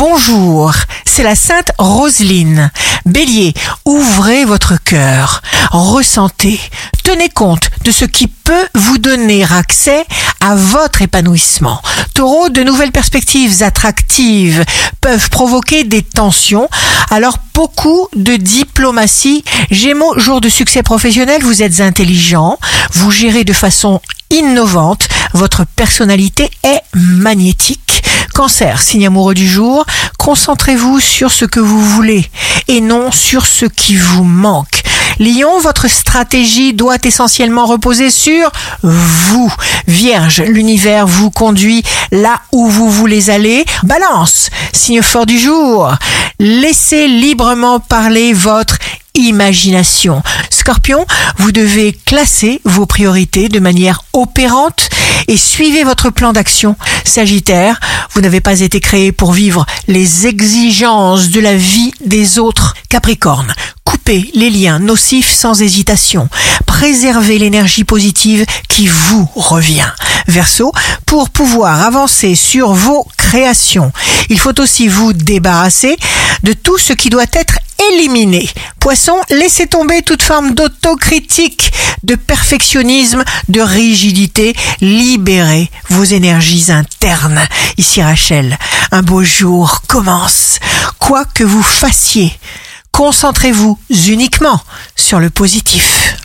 Bonjour, c'est la Sainte Roseline. Bélier, ouvrez votre cœur, ressentez, tenez compte de ce qui peut vous donner accès à votre épanouissement. Taureau, de nouvelles perspectives attractives peuvent provoquer des tensions, alors beaucoup de diplomatie. Gémeaux, jour de succès professionnel, vous êtes intelligent, vous gérez de façon innovante, votre personnalité est magnétique. Cancer, signe amoureux du jour, concentrez-vous sur ce que vous voulez et non sur ce qui vous manque. Lion, votre stratégie doit essentiellement reposer sur vous. Vierge, l'univers vous conduit là où vous voulez aller. Balance, signe fort du jour, laissez librement parler votre imagination. Scorpion, vous devez classer vos priorités de manière opérante et suivez votre plan d'action. Sagittaire, vous n'avez pas été créé pour vivre les exigences de la vie des autres. Capricorne, coupez les liens nocifs sans hésitation. Préservez l'énergie positive qui vous revient. Verseau, pour pouvoir avancer sur vos créations, il faut aussi vous débarrasser de tout ce qui doit être éliminé. Poisson, laissez tomber toute forme d'autocritique, de perfectionnisme, de rigidité. Libérez vos énergies internes. Ici Rachel, un beau jour commence. Quoi que vous fassiez, concentrez-vous uniquement sur le positif.